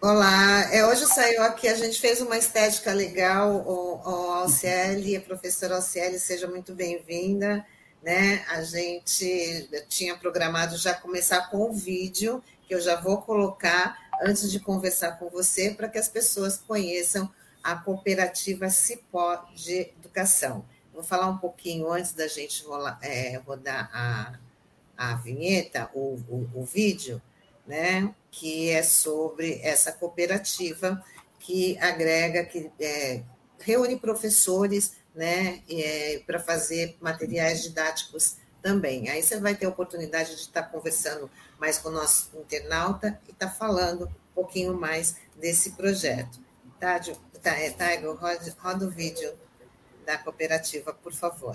Olá, hoje saiu aqui, a gente fez uma estética legal, o Alciele, a professora Alciele, seja muito bem-vinda, né? A gente tinha programado já começar com o vídeo, que eu já vou colocar antes de conversar com você, para que as pessoas conheçam a cooperativa Cipó de Educação. Vou falar um pouquinho antes da gente rodar a vinheta, o vídeo, né, que é sobre essa cooperativa que agrega, que reúne professores, né, para fazer materiais didáticos também. Aí você vai ter a oportunidade de estar conversando mais com o nosso internauta e estar falando um pouquinho mais desse projeto. Taigo, roda o vídeo da cooperativa, por favor.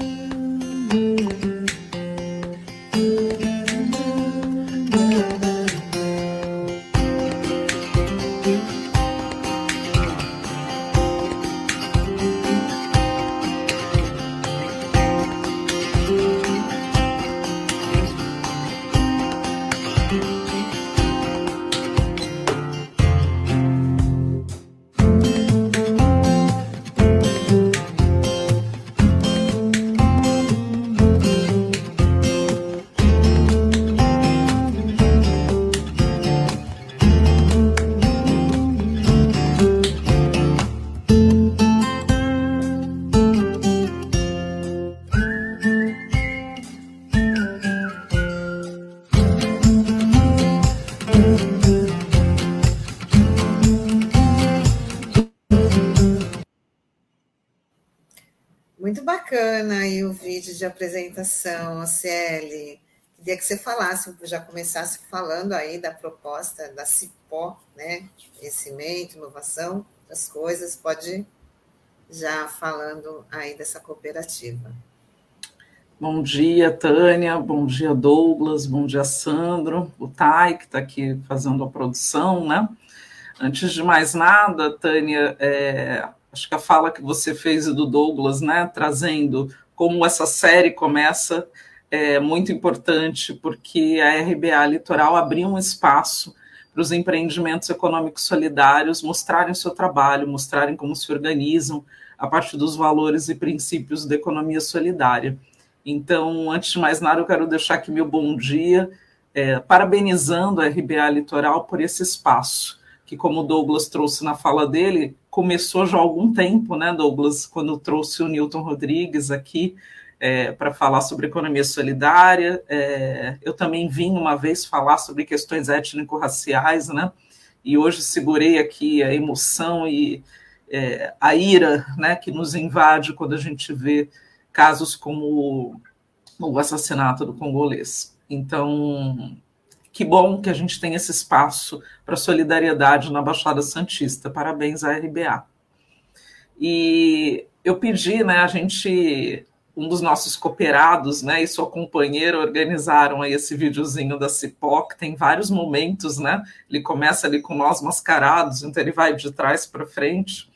Muito bacana aí o vídeo de apresentação, Ciele. Queria que você falasse, já começasse falando aí da proposta da Cipó, né? Conhecimento, inovação, das coisas. Pode já falando aí dessa cooperativa. Bom dia, Tânia. Bom dia, Douglas. Bom dia, Sandro. O Tai, que está aqui fazendo a produção, né? Antes de mais nada, Tânia, acho que a fala que você fez do Douglas, né, trazendo como essa série começa, é muito importante, porque a RBA Litoral abriu um espaço para os empreendimentos econômicos solidários mostrarem seu trabalho, mostrarem como se organizam a partir dos valores e princípios da economia solidária. Então, antes de mais nada, eu quero deixar aqui meu bom dia, parabenizando a RBA Litoral por esse espaço, que, como o Douglas trouxe na fala dele, começou já há algum tempo, né, Douglas, quando trouxe o Newton Rodrigues aqui para falar sobre economia solidária. Eu também vim uma vez falar sobre questões étnico-raciais, né, e hoje segurei aqui a emoção e a ira, né, que nos invade quando a gente vê casos como o assassinato do congolês. Então, que bom que a gente tem esse espaço para solidariedade na Baixada Santista. Parabéns à RBA. E eu pedi, né, um dos nossos cooperados, né, e sua companheira organizaram aí esse videozinho da Cipó, que tem vários momentos, né? Ele começa ali com nós mascarados, então ele vai de trás para frente.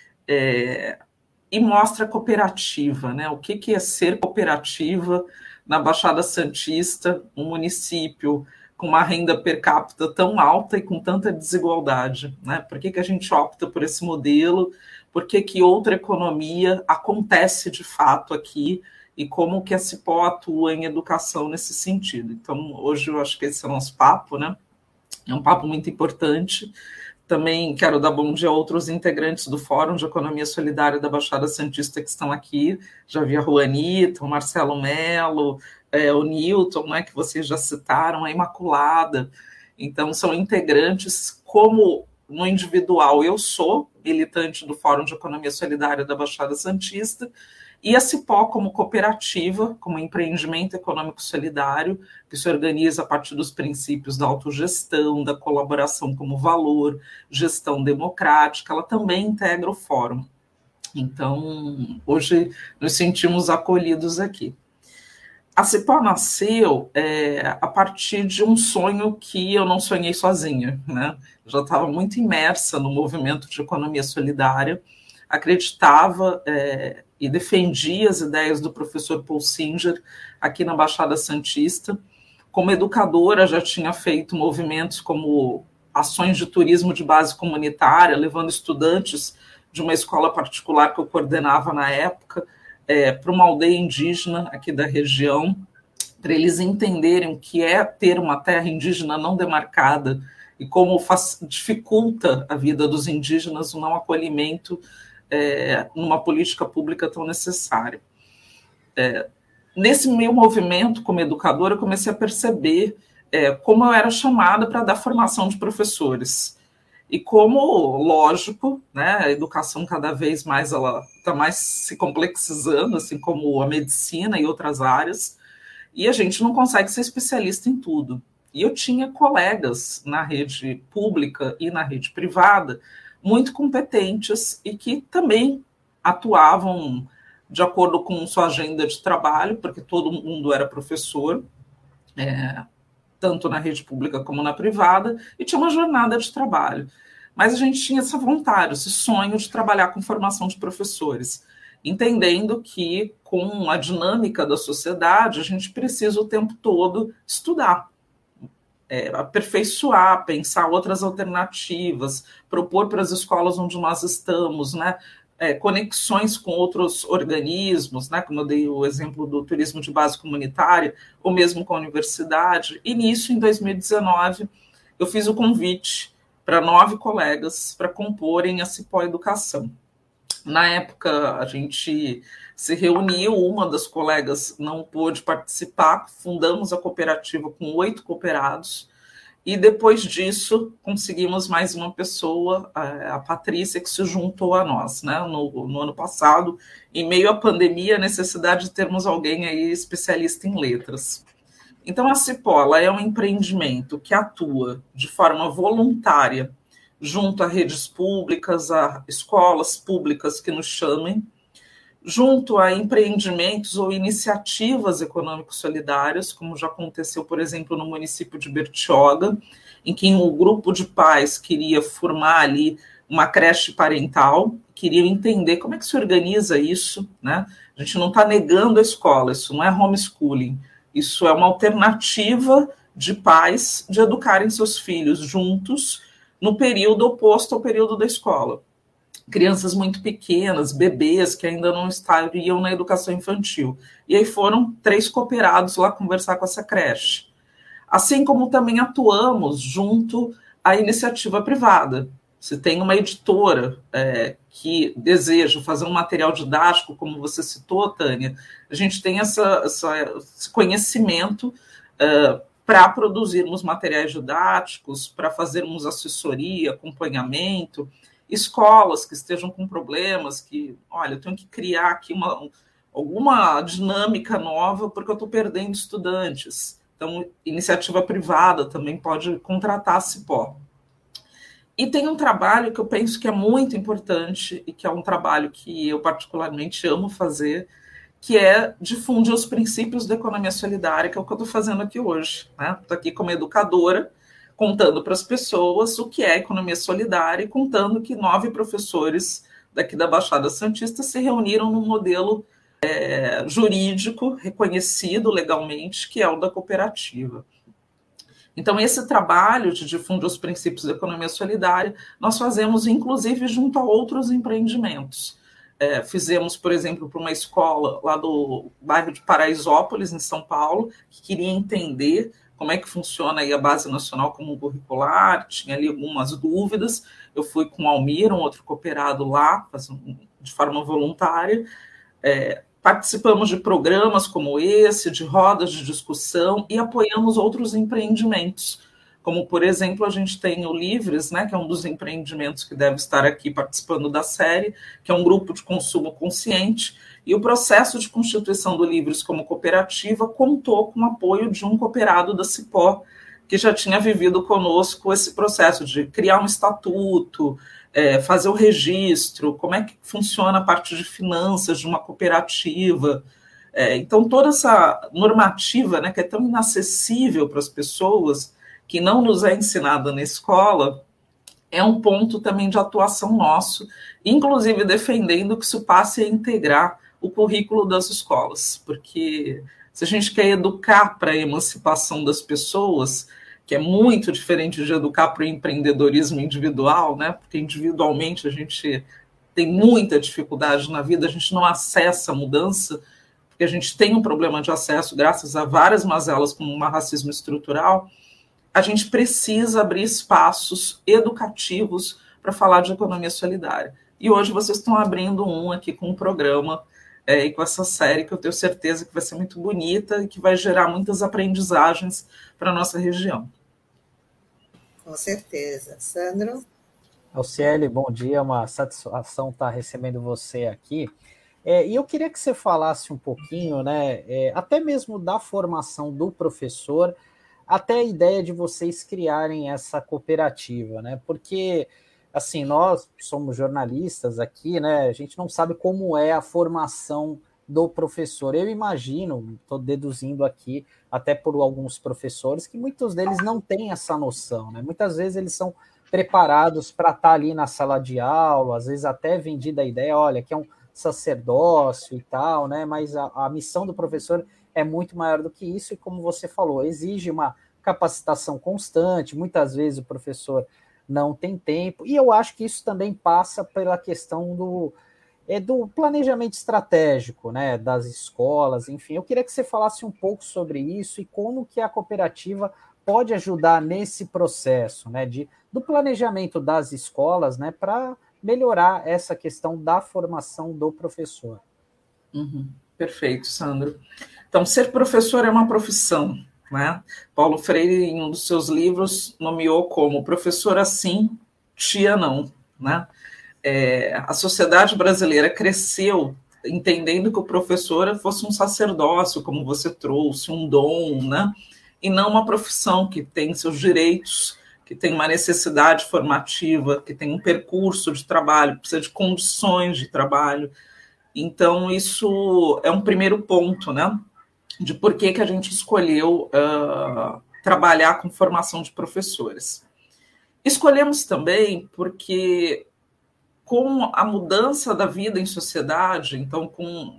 E mostra a cooperativa, né? O que é ser cooperativa na Baixada Santista, um município com uma renda per capita tão alta e com tanta desigualdade, né? Por que a gente opta por esse modelo? Por que outra economia acontece de fato aqui? E como que a Cipó atua em educação nesse sentido? Então, hoje eu acho que esse é o nosso papo, né? É um papo muito importante. Também quero dar bom dia a outros integrantes do Fórum de Economia Solidária da Baixada Santista que estão aqui. Já vi a Juanita, o Marcelo Melo, o Newton, né, que vocês já citaram, a Imaculada. Então, são integrantes, como no individual eu sou militante do Fórum de Economia Solidária da Baixada Santista, e a Cipó como cooperativa, como empreendimento econômico solidário, que se organiza a partir dos princípios da autogestão, da colaboração como valor, gestão democrática, ela também integra o fórum. Então, hoje nos sentimos acolhidos aqui. A Cipó nasceu a partir de um sonho que eu não sonhei sozinha, né? Eu já estava muito imersa no movimento de economia solidária, acreditava e defendia as ideias do professor Paul Singer aqui na Baixada Santista. Como educadora, já tinha feito movimentos como ações de turismo de base comunitária, levando estudantes de uma escola particular que eu coordenava na época, para uma aldeia indígena aqui da região, para eles entenderem o que é ter uma terra indígena não demarcada e como dificulta a vida dos indígenas o não acolhimento numa política pública tão necessária. Nesse meu movimento como educadora, eu comecei a perceber como eu era chamada para dar formação de professores. E como, lógico, né, a educação cada vez mais ela está mais se complexizando, assim como a medicina e outras áreas, e a gente não consegue ser especialista em tudo. E eu tinha colegas na rede pública e na rede privada muito competentes e que também atuavam de acordo com sua agenda de trabalho, porque todo mundo era professor, tanto na rede pública como na privada, e tinha uma jornada de trabalho. Mas a gente tinha essa vontade, esse sonho de trabalhar com formação de professores, entendendo que, com a dinâmica da sociedade, a gente precisa o tempo todo estudar, aperfeiçoar, pensar outras alternativas, propor para as escolas onde nós estamos, né, conexões com outros organismos, né, como eu dei o exemplo do turismo de base comunitária, ou mesmo com a universidade. E nisso, em 2019, eu fiz o convite para 9 colegas para comporem a Cipó Educação. Na época, a gente se reuniu, uma das colegas não pôde participar, fundamos a cooperativa com 8 cooperados, e depois disso conseguimos mais uma pessoa, a Patrícia, que se juntou a nós, né, no ano passado, em meio à pandemia, a necessidade de termos alguém aí especialista em letras. Então, a Cipó é um empreendimento que atua de forma voluntária junto a redes públicas, a escolas públicas que nos chamem, junto a empreendimentos ou iniciativas econômicos solidárias, como já aconteceu, por exemplo, no município de Bertioga, em que um grupo de pais queria formar ali uma creche parental, queria entender como é que se organiza isso, né? A gente não está negando a escola, isso não é homeschooling, isso é uma alternativa de pais de educarem seus filhos juntos no período oposto ao período da escola. Crianças muito pequenas, bebês que ainda não estariam na educação infantil. E aí foram 3 cooperados lá conversar com essa creche. Assim como também atuamos junto à iniciativa privada. Se tem uma editora que deseja fazer um material didático, como você citou, Tânia, a gente tem esse conhecimento para produzirmos materiais didáticos, para fazermos assessoria, acompanhamento, escolas que estejam com problemas, que, olha, eu tenho que criar aqui alguma dinâmica nova porque eu estou perdendo estudantes. Então, iniciativa privada também pode contratar a Cipó. E tem um trabalho que eu penso que é muito importante e que é um trabalho que eu particularmente amo fazer, que é difundir os princípios da economia solidária, que é o que eu estou fazendo aqui hoje. Estou aqui como educadora, contando para as pessoas o que é economia solidária e contando que 9 professores daqui da Baixada Santista se reuniram num modelo jurídico reconhecido legalmente, que é o da cooperativa. Então, esse trabalho de difundir os princípios da economia solidária, nós fazemos, inclusive, junto a outros empreendimentos. Fizemos, por exemplo, para uma escola lá do bairro de Paraisópolis, em São Paulo, que queria entender como é que funciona aí a Base Nacional Comum Curricular, tinha ali algumas dúvidas. Eu fui com o Almir, um outro cooperado lá, de forma voluntária. Participamos de programas como esse, de rodas de discussão e apoiamos outros empreendimentos. Como, por exemplo, a gente tem o Livres, né, que é um dos empreendimentos que deve estar aqui participando da série, que é um grupo de consumo consciente, e o processo de constituição do Livres como cooperativa contou com o apoio de um cooperado da Cipó, que já tinha vivido conosco esse processo de criar um estatuto, fazer o registro, como é que funciona a parte de finanças de uma cooperativa. Então, toda essa normativa, né, que é tão inacessível para as pessoas, que não nos é ensinada na escola, é um ponto também de atuação nosso, inclusive defendendo que isso passe a integrar o currículo das escolas, porque se a gente quer educar para a emancipação das pessoas, que é muito diferente de educar para o empreendedorismo individual, né? Porque individualmente a gente tem muita dificuldade na vida, a gente não acessa a mudança, porque a gente tem um problema de acesso graças a várias mazelas, como um racismo estrutural. A gente precisa abrir espaços educativos para falar de economia solidária. E hoje vocês estão abrindo um aqui com um programa e com essa série que eu tenho certeza que vai ser muito bonita e que vai gerar muitas aprendizagens para a nossa região. Com certeza. Sandro? Alciele, bom dia, uma satisfação estar recebendo você aqui. E eu queria que você falasse um pouquinho, né, até mesmo da formação do professor, até a ideia de vocês criarem essa cooperativa, né? Porque, assim, nós somos jornalistas aqui, né? A gente não sabe como é a formação do professor. Eu imagino, estou deduzindo aqui, até por alguns professores, que muitos deles não têm essa noção, né? Muitas vezes eles são preparados para estar ali na sala de aula, às vezes até vendida a ideia, olha, que é um sacerdócio e tal, né? Mas a missão do professor é muito maior do que isso, e como você falou, exige uma capacitação constante, muitas vezes o professor não tem tempo, e eu acho que isso também passa pela questão do planejamento estratégico, né, das escolas, enfim. Eu queria que você falasse um pouco sobre isso e como que a cooperativa pode ajudar nesse processo, né, do planejamento das escolas, né, para melhorar essa questão da formação do professor. Perfeito, Sandro. Então, ser professor é uma profissão, né? Paulo Freire, em um dos seus livros, nomeou como professora sim, tia não, né? A sociedade brasileira cresceu entendendo que o professor fosse um sacerdócio, como você trouxe, um dom, né? E não uma profissão que tem seus direitos, que tem uma necessidade formativa, que tem um percurso de trabalho, precisa de condições de trabalho. Então, isso é um primeiro ponto, né? De por que a gente escolheu trabalhar com formação de professores. Escolhemos também porque, com a mudança da vida em sociedade, então com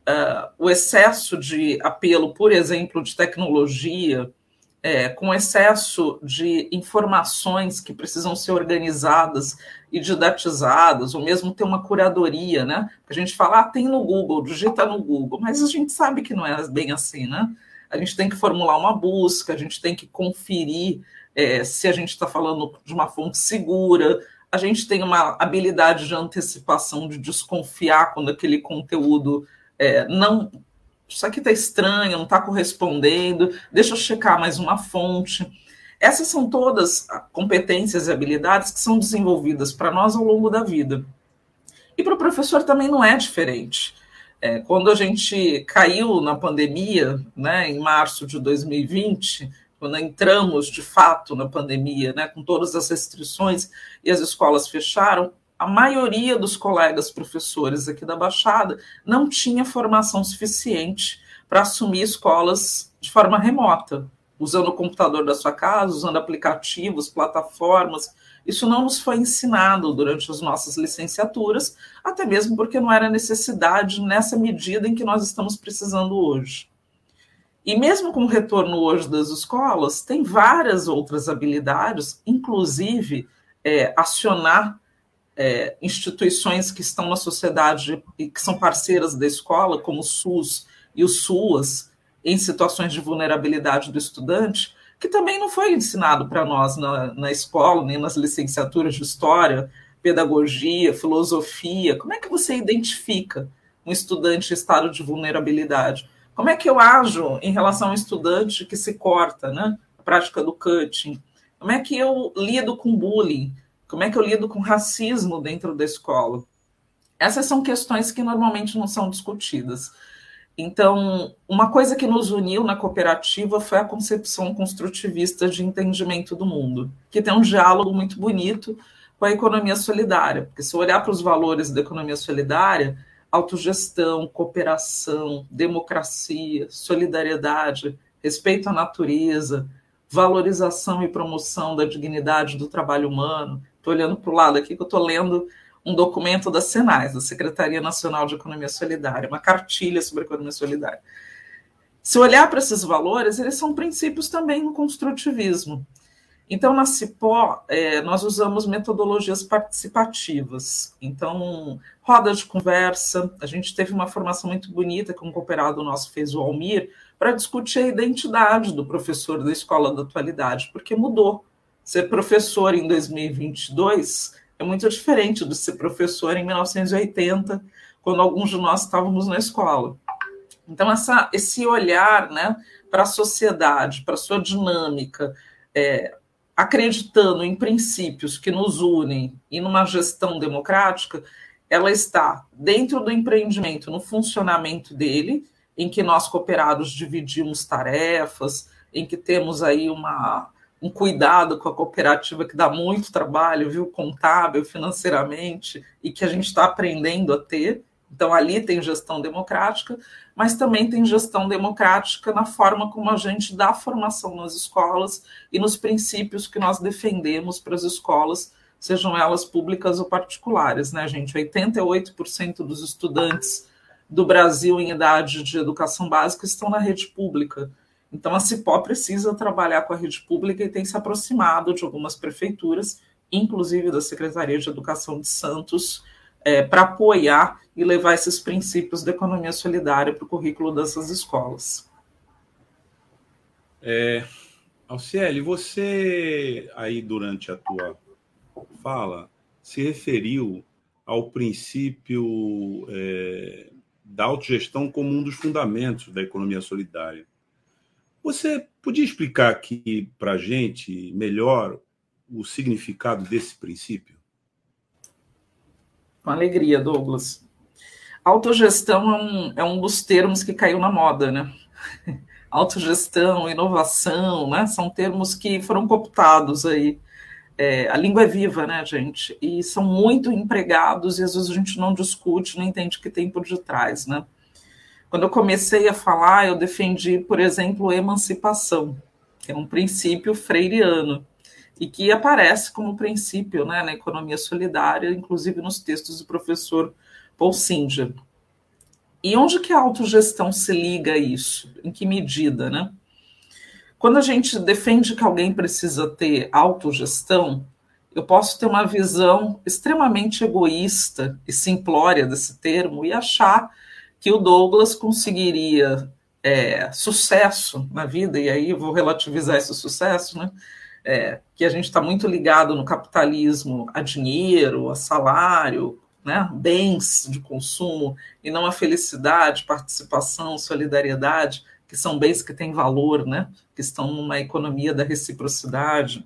o excesso de apelo, por exemplo, de tecnologia, com excesso de informações que precisam ser organizadas e didatizadas, ou mesmo ter uma curadoria, né? A gente fala, tem no Google, digita no Google, mas a gente sabe que não é bem assim, né? A gente tem que formular uma busca, a gente tem que conferir se a gente está falando de uma fonte segura, a gente tem uma habilidade de antecipação, de desconfiar quando aquele conteúdo não... Isso aqui está estranho, não está correspondendo, deixa eu checar mais uma fonte. Essas são todas competências e habilidades que são desenvolvidas para nós ao longo da vida. E para o professor também não é diferente. Quando a gente caiu na pandemia, né, em março de 2020, quando entramos de fato na pandemia, né, com todas as restrições e as escolas fecharam, a maioria dos colegas professores aqui da Baixada não tinha formação suficiente para assumir escolas de forma remota, usando o computador da sua casa, usando aplicativos, plataformas. Isso não nos foi ensinado durante as nossas licenciaturas, até mesmo porque não era necessidade nessa medida em que nós estamos precisando hoje. E mesmo com o retorno hoje das escolas, tem várias outras habilidades, inclusive acionar instituições que estão na sociedade e que são parceiras da escola, como o SUS e o SUAS, em situações de vulnerabilidade do estudante, que também não foi ensinado para nós na escola, nem nas licenciaturas de História, Pedagogia, Filosofia. Como é que você identifica um estudante em estado de vulnerabilidade? Como é que eu ajo em relação a um estudante que se corta, né? A prática do cutting? Como é que eu lido com bullying? Como é que eu lido com racismo dentro da escola? Essas são questões que normalmente não são discutidas. Então, uma coisa que nos uniu na cooperativa foi a concepção construtivista de entendimento do mundo, que tem um diálogo muito bonito com a economia solidária, porque se eu olhar para os valores da economia solidária, autogestão, cooperação, democracia, solidariedade, respeito à natureza, valorização e promoção da dignidade do trabalho humano. Estou olhando para o lado aqui que eu estou lendo um documento da SENAS, da Secretaria Nacional de Economia Solidária, uma cartilha sobre economia solidária. Se olhar para esses valores, eles são princípios também no construtivismo. Então, na Cipó, nós usamos metodologias participativas. Então, roda de conversa, a gente teve uma formação muito bonita que um cooperado nosso fez, o Almir, para discutir a identidade do professor da escola da atualidade, porque mudou. Ser professor em 2022 é muito diferente de ser professor em 1980, quando alguns de nós estávamos na escola. Então, esse olhar, né, para a sociedade, para a sua dinâmica, acreditando em princípios que nos unem e numa gestão democrática, ela está dentro do empreendimento, no funcionamento dele, em que nós cooperados dividimos tarefas, em que temos aí um cuidado com a cooperativa que dá muito trabalho, viu, contábil, financeiramente, e que a gente está aprendendo a ter. Então, ali tem gestão democrática, mas também tem gestão democrática na forma como a gente dá formação nas escolas e nos princípios que nós defendemos para as escolas, sejam elas públicas ou particulares, né, gente? 88% dos estudantes do Brasil em idade de educação básica estão na rede pública. Então, a Cipó precisa trabalhar com a rede pública e tem se aproximado de algumas prefeituras, inclusive da Secretaria de Educação de Santos, para apoiar e levar esses princípios da economia solidária para o currículo dessas escolas. Alciele, você aí durante a tua fala se referiu ao princípio da autogestão como um dos fundamentos da economia solidária. Você podia explicar aqui para a gente melhor o significado desse princípio? Com alegria, Douglas. Autogestão é um dos termos que caiu na moda, né? Autogestão, inovação, né? São termos que foram cooptados aí. A língua é viva, né, gente? E são muito empregados e às vezes a gente não discute, não entende o que tem por detrás, né? Quando eu comecei a falar, eu defendi, por exemplo, emancipação, que é um princípio freiriano, e que aparece como princípio, né, na economia solidária, inclusive nos textos do professor Paul Singer. E onde que a autogestão se liga a isso? Em que medida, né? Quando a gente defende que alguém precisa ter autogestão, eu posso ter uma visão extremamente egoísta e simplória desse termo e achar que o Douglas conseguiria sucesso na vida, e aí eu vou relativizar esse sucesso, né? Que a gente está muito ligado no capitalismo a dinheiro, a salário, né? Bens de consumo, e não a felicidade, participação, solidariedade, que são bens que têm valor, né? Que estão numa economia da reciprocidade.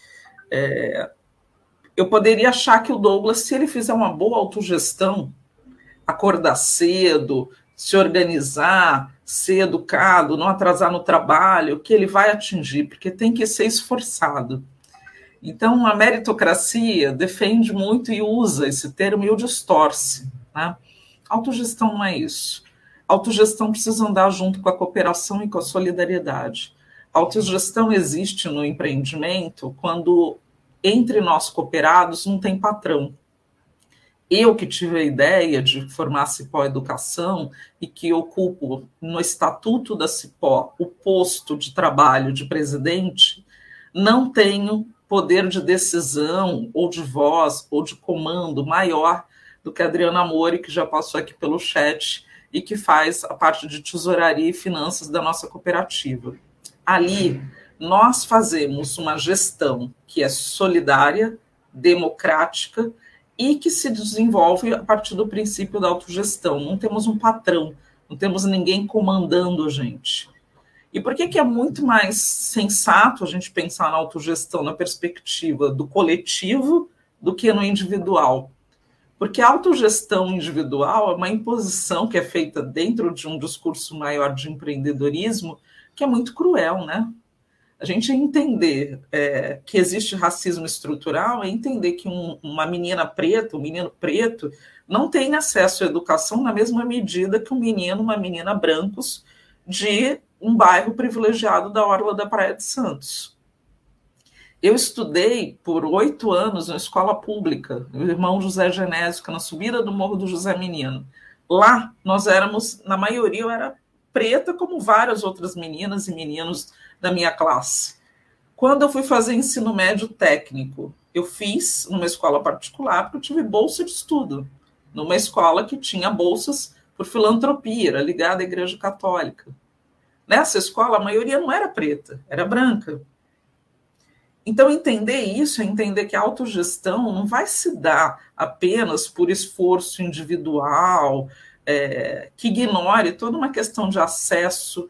Eu poderia achar que o Douglas, se ele fizer uma boa autogestão, acordar cedo, se organizar, ser educado, não atrasar no trabalho, que ele vai atingir, porque tem que ser esforçado. Então, a meritocracia defende muito e usa esse termo e o distorce, né? Autogestão não é isso. Autogestão precisa andar junto com a cooperação e com a solidariedade. A autogestão existe no empreendimento quando, entre nós cooperados, não tem patrão. Eu que tive a ideia de formar a Cipó Educação e que ocupo no estatuto da Cipó o posto de trabalho de presidente, não tenho poder de decisão ou de voz ou de comando maior do que a Adriana Mori, que já passou aqui pelo chat e que faz a parte de tesouraria e finanças da nossa cooperativa. Ali, nós fazemos uma gestão que é solidária, democrática, e que se desenvolve a partir do princípio da autogestão. Não temos um patrão, não temos ninguém comandando a gente. E por que é muito mais sensato a gente pensar na autogestão na perspectiva do coletivo do que no individual? Porque a autogestão individual é uma imposição que é feita dentro de um discurso maior de empreendedorismo que é muito cruel, né? A gente entender que existe racismo estrutural é entender que uma menina preta, um menino preto, não tem acesso à educação na mesma medida que um menino, uma menina brancos de um bairro privilegiado da orla da Praia de Santos. Eu estudei por 8 anos na escola pública, o irmão José Genésio, na subida do Morro do José Menino. Lá, nós éramos, na maioria, eu era preta como várias outras meninas e meninos da minha classe. Quando eu fui fazer ensino médio técnico, eu fiz numa escola particular, porque eu tive bolsa de estudo, numa escola que tinha bolsas por filantropia, era ligada à Igreja Católica. Nessa escola, a maioria não era preta, era branca. Então, entender isso é entender que a autogestão não vai se dar apenas por esforço individual, que ignore toda uma questão de acesso,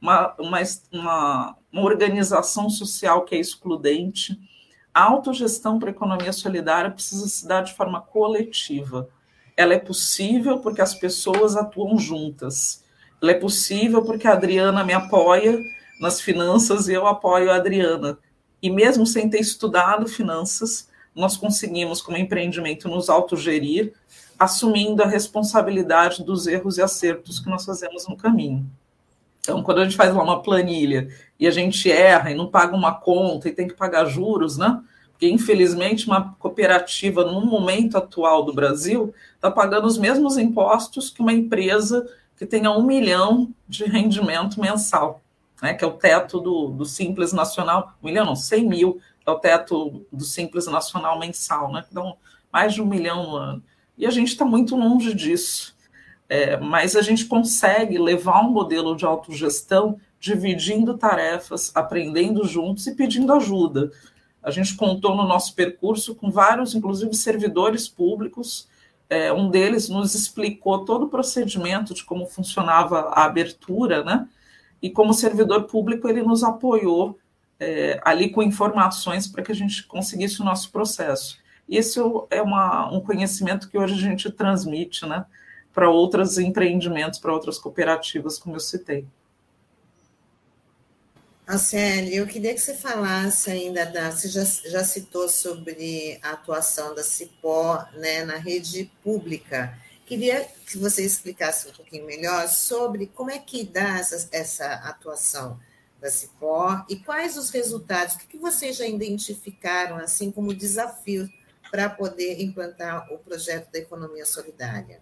uma organização social que é excludente. A autogestão para a economia solidária precisa se dar de forma coletiva. Ela é possível porque as pessoas atuam juntas. Ela é possível porque a Adriana me apoia nas finanças e eu apoio a Adriana. E mesmo sem ter estudado finanças, nós conseguimos, como empreendimento, nos autogerir, assumindo a responsabilidade dos erros e acertos que nós fazemos no caminho. Então, quando a gente faz lá uma planilha e a gente erra e não paga uma conta e tem que pagar juros, né? Porque, infelizmente, uma cooperativa, no momento atual do Brasil, está pagando os mesmos impostos que uma empresa que tenha 1 milhão de rendimento mensal, né, que é o teto do Simples Nacional, 1 milhão não, 100 mil é o teto do Simples Nacional mensal, né, então mais de 1 milhão no ano. E a gente está muito longe disso, mas a gente consegue levar um modelo de autogestão dividindo tarefas, aprendendo juntos e pedindo ajuda. A gente contou no nosso percurso com vários, inclusive, servidores públicos. Um deles nos explicou todo o procedimento de como funcionava a abertura, né? E como servidor público, ele nos apoiou ali com informações para que a gente conseguisse o nosso processo. E esse é um conhecimento que hoje a gente transmite, né, para outros empreendimentos, para outras cooperativas, como eu citei. Alciele, eu queria que você falasse ainda, você já citou sobre a atuação da Cipó, né, na rede pública. Queria que você explicasse um pouquinho melhor sobre como é que dá essa atuação da Cipó e quais os resultados, o que vocês já identificaram assim como desafio para poder implantar o projeto da economia solidária.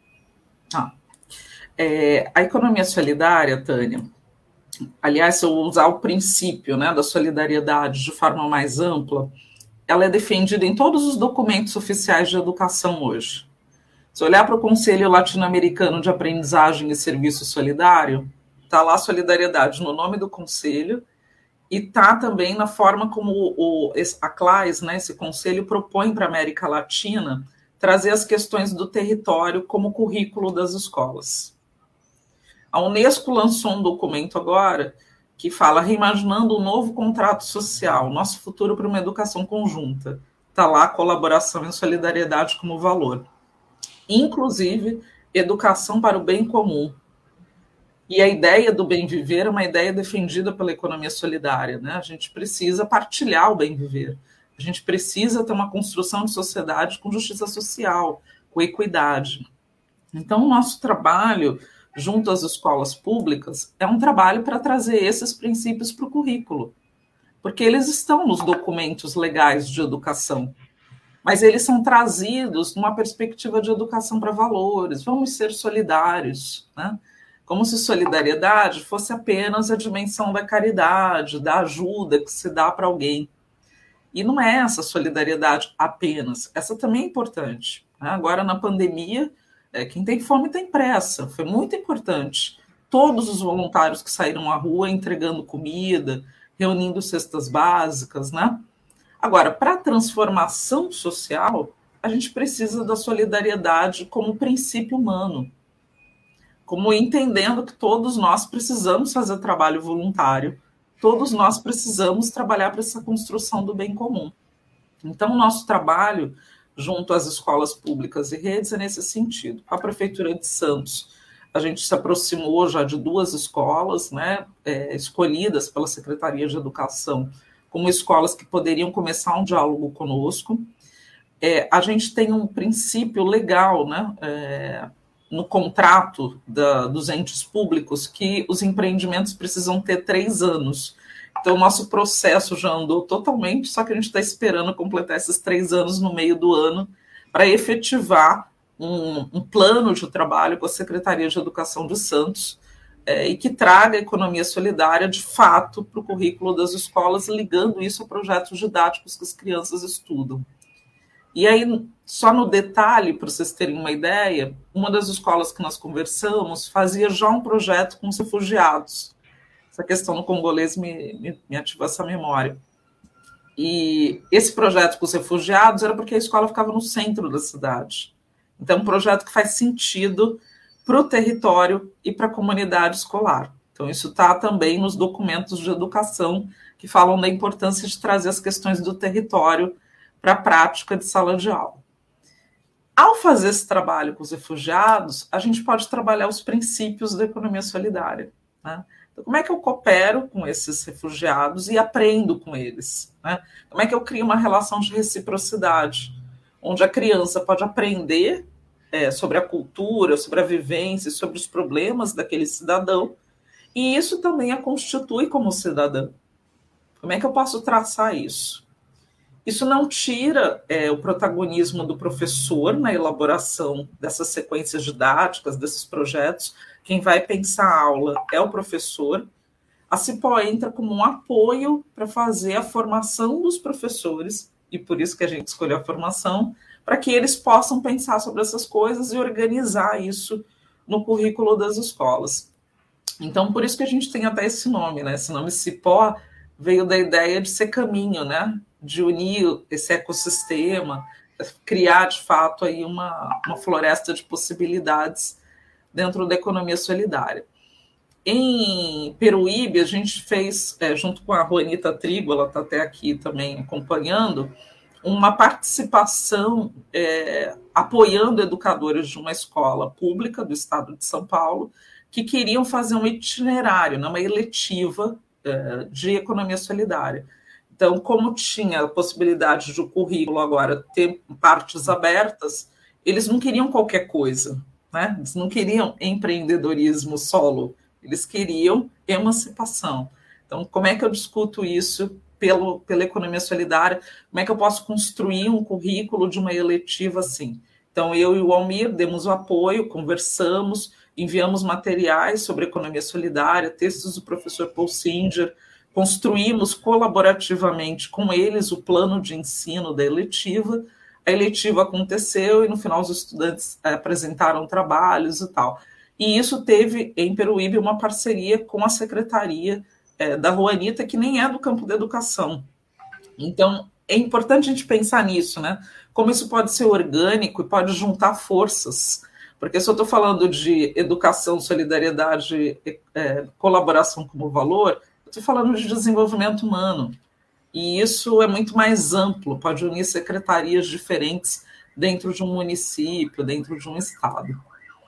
A economia solidária, Tânia, aliás, se eu usar o princípio, né, da solidariedade de forma mais ampla, ela é defendida em todos os documentos oficiais de educação hoje. Se olhar para o Conselho Latino-Americano de Aprendizagem e Serviço Solidário, está lá a solidariedade no nome do conselho e está também na forma como a CLAES, né, esse conselho, propõe para a América Latina trazer as questões do território como currículo das escolas. A Unesco lançou um documento agora que fala reimaginando um novo contrato social, nosso futuro para uma educação conjunta. Está lá a colaboração e solidariedade como valor. Inclusive, educação para o bem comum. E a ideia do bem viver é uma ideia defendida pela economia solidária, né? A gente precisa partilhar o bem viver. A gente precisa ter uma construção de sociedade com justiça social, com equidade. Então, o nosso trabalho junto às escolas públicas é um trabalho para trazer esses princípios para o currículo, porque eles estão nos documentos legais de educação, mas eles são trazidos numa perspectiva de educação para valores. Vamos ser solidários, né? Como se solidariedade fosse apenas a dimensão da caridade, da ajuda que se dá para alguém. E não é essa solidariedade apenas, essa também é importante. Agora, na pandemia, quem tem fome tem pressa, foi muito importante. Todos os voluntários que saíram à rua entregando comida, reunindo cestas básicas, né? Agora, para a transformação social, a gente precisa da solidariedade como princípio humano, como entendendo que todos nós precisamos fazer trabalho voluntário, todos nós precisamos trabalhar para essa construção do bem comum. Então, o nosso trabalho junto às escolas públicas e redes é nesse sentido. A Prefeitura de Santos, a gente se aproximou já de 2 escolas, né, escolhidas pela Secretaria de Educação como escolas que poderiam começar um diálogo conosco. A gente tem um princípio legal, né, no contrato dos entes públicos, que os empreendimentos precisam ter 3 anos. Então, o nosso processo já andou totalmente, só que a gente está esperando completar esses 3 anos no meio do ano para efetivar um plano de trabalho com a Secretaria de Educação de Santos, e que traga a economia solidária, de fato, para o currículo das escolas, ligando isso a projetos didáticos que as crianças estudam. E aí, só no detalhe, para vocês terem uma ideia, uma das escolas que nós conversamos fazia já um projeto com os refugiados. Essa questão no congolês me ativa essa memória. E esse projeto com os refugiados era porque a escola ficava no centro da cidade. Então, um projeto que faz sentido para o território e para a comunidade escolar. Então, isso está também nos documentos de educação que falam da importância de trazer as questões do território para a prática de sala de aula. Ao fazer esse trabalho com os refugiados, a gente pode trabalhar os princípios da economia solidária, né? Então, como é que eu coopero com esses refugiados e aprendo com eles, né? Como é que eu crio uma relação de reciprocidade, onde a criança pode aprender sobre a cultura, sobre a vivência, sobre os problemas daquele cidadão, e isso também a constitui como cidadã. Como é que eu posso traçar isso? Isso não tira o protagonismo do professor na elaboração dessas sequências didáticas, desses projetos. Quem vai pensar a aula é o professor. A Cipó entra como um apoio para fazer a formação dos professores, e por isso que a gente escolheu a formação, para que eles possam pensar sobre essas coisas e organizar isso no currículo das escolas. Então, por isso que a gente tem até esse nome, né? Esse nome Cipó veio da ideia de ser caminho, né? De unir esse ecossistema, criar, de fato, aí uma floresta de possibilidades dentro da economia solidária. Em Peruíbe, a gente fez, junto com a Juanita Trigo, ela está até aqui também acompanhando, uma participação apoiando educadores de uma escola pública do estado de São Paulo que queriam fazer um itinerário, uma eletiva de economia solidária. Então, como tinha a possibilidade de o currículo agora ter partes abertas, eles não queriam qualquer coisa, né? Eles não queriam empreendedorismo solo, eles queriam emancipação. Então, como é que eu discuto isso pela economia solidária? Como é que eu posso construir um currículo de uma eletiva assim? Então, eu e o Almir demos o apoio, conversamos, enviamos materiais sobre economia solidária, textos do professor Paul Singer, construímos colaborativamente com eles o plano de ensino da eletiva. A eletiva aconteceu e, no final, os estudantes apresentaram trabalhos e tal. E isso teve, em Peruíbe, uma parceria com a secretaria da Juanita, que nem é do campo da educação. Então, é importante a gente pensar nisso, né? Como isso pode ser orgânico e pode juntar forças. Porque se eu estou falando de educação, solidariedade, colaboração como valor, eu estou falando de desenvolvimento humano. E isso é muito mais amplo, pode unir secretarias diferentes dentro de um município, dentro de um estado.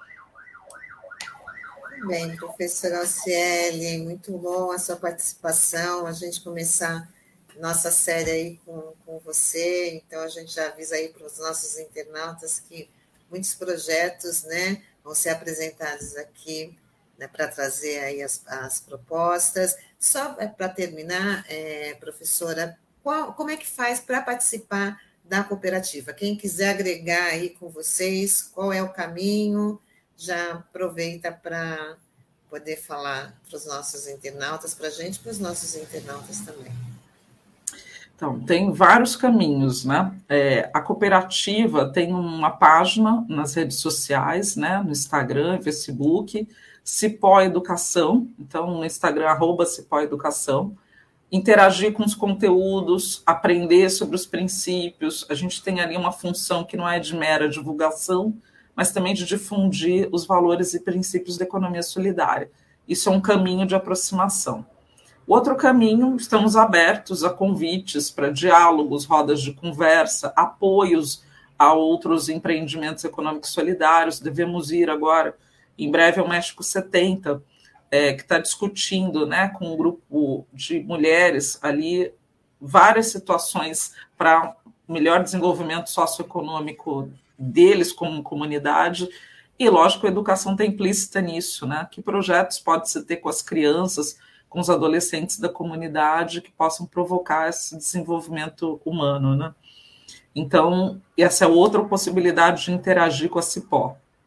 Bem, professora Alciele, muito bom a sua participação, a gente começar nossa série aí com você, então a gente já avisa aí para os nossos internautas que muitos projetos, né, vão ser apresentados aqui, né, para trazer aí as propostas. Só para terminar, professora, como é que faz para participar da cooperativa? Quem quiser agregar aí com vocês, qual é o caminho? Já aproveita para poder falar para os nossos internautas, para a gente e para os nossos internautas também. Então, tem vários caminhos, né? A cooperativa tem uma página nas redes sociais, né? No Instagram, Facebook, Cipó Educação, então no Instagram, @Cipó Educação, interagir com os conteúdos, aprender sobre os princípios. A gente tem ali uma função que não é de mera divulgação, mas também de difundir os valores e princípios da economia solidária. Isso é um caminho de aproximação. Outro caminho, estamos abertos a convites para diálogos, rodas de conversa, apoios a outros empreendimentos econômicos solidários. Devemos ir agora, em breve, ao México 70, que está discutindo, né, com um grupo de mulheres ali várias situações para melhor desenvolvimento socioeconômico deles como comunidade. E, lógico, a educação está implícita nisso, né? Que projetos pode-se ter com as crianças, com os adolescentes da comunidade que possam provocar esse desenvolvimento humano, né? Então, essa é outra possibilidade de interagir com a Cipó.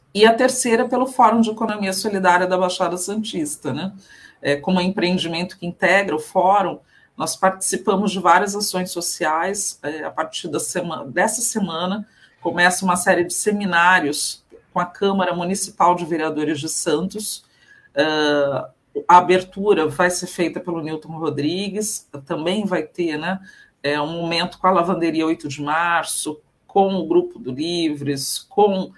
E a terceira pelo Fórum de Economia Solidária da Baixada Santista, né? Como empreendimento que integra o fórum, nós participamos de várias ações sociais. A partir dessa semana, começa uma série de seminários com a Câmara Municipal de Vereadores de Santos. A abertura vai ser feita pelo Newton Rodrigues, também vai ter, né, um momento com a Lavanderia 8 de Março, com o Grupo do Livres, com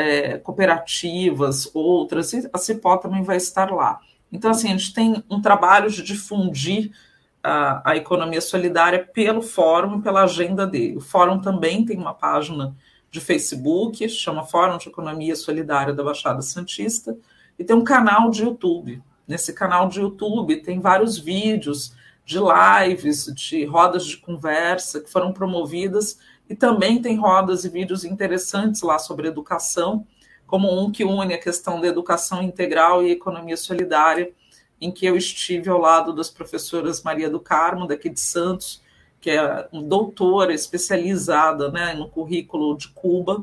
cooperativas, outras, e a Cipó também vai estar lá. Então, assim, a gente tem um trabalho de difundir a economia solidária pelo fórum e pela agenda dele. O fórum também tem uma página de Facebook, chama Fórum de Economia Solidária da Baixada Santista, e tem um canal de YouTube. Nesse canal de YouTube tem vários vídeos de lives, de rodas de conversa que foram promovidas, e também tem rodas e vídeos interessantes lá sobre educação, como um que une a questão da educação integral e economia solidária, em que eu estive ao lado das professoras Maria do Carmo, daqui de Santos, que é uma doutora especializada, né, no currículo de Cuba,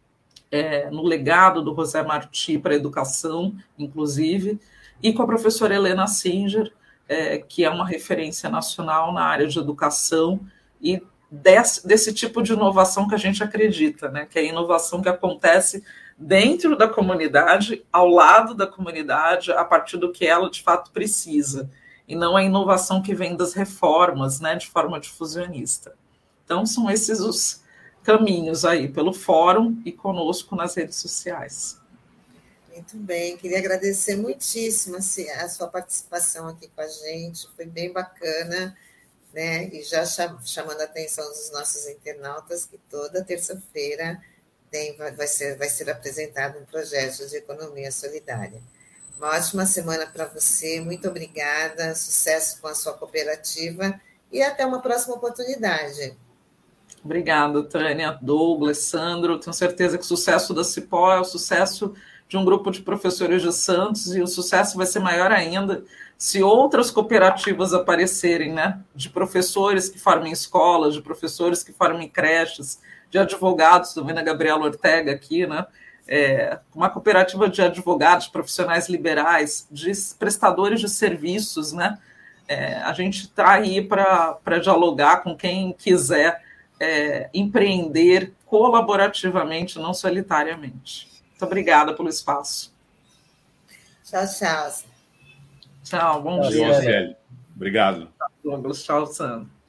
no legado do José Martí para a educação, inclusive, e com a professora Helena Singer, que é uma referência nacional na área de educação e desse tipo de inovação que a gente acredita, né, que é a inovação que acontece dentro da comunidade, ao lado da comunidade, a partir do que ela de fato precisa, e não a inovação que vem das reformas, né, de forma difusionista. Então, são esses os caminhos aí, pelo fórum e conosco nas redes sociais. Muito bem, queria agradecer muitíssimo a sua participação aqui com a gente, foi bem bacana, né? E já chamando a atenção dos nossos internautas que toda terça-feira vai ser apresentado um projeto de economia solidária. Uma ótima semana para você, muito obrigada, sucesso com a sua cooperativa e até uma próxima oportunidade. Obrigada, Tânia, Douglas, Sandro. Tenho certeza que o sucesso da Cipó é o sucesso de um grupo de professores de Santos, e o sucesso vai ser maior ainda se outras cooperativas aparecerem, né? De professores que formem escolas, de professores que formem creches, de advogados, estou vendo a Gabriela Ortega aqui, né? Uma cooperativa de advogados, profissionais liberais, de prestadores de serviços, né? A gente está aí para dialogar com quem quiser empreender colaborativamente, não solitariamente. Muito obrigada pelo espaço. Tchau, tchau. Tchau, bom dia. Obrigado. Tchau, Sandro.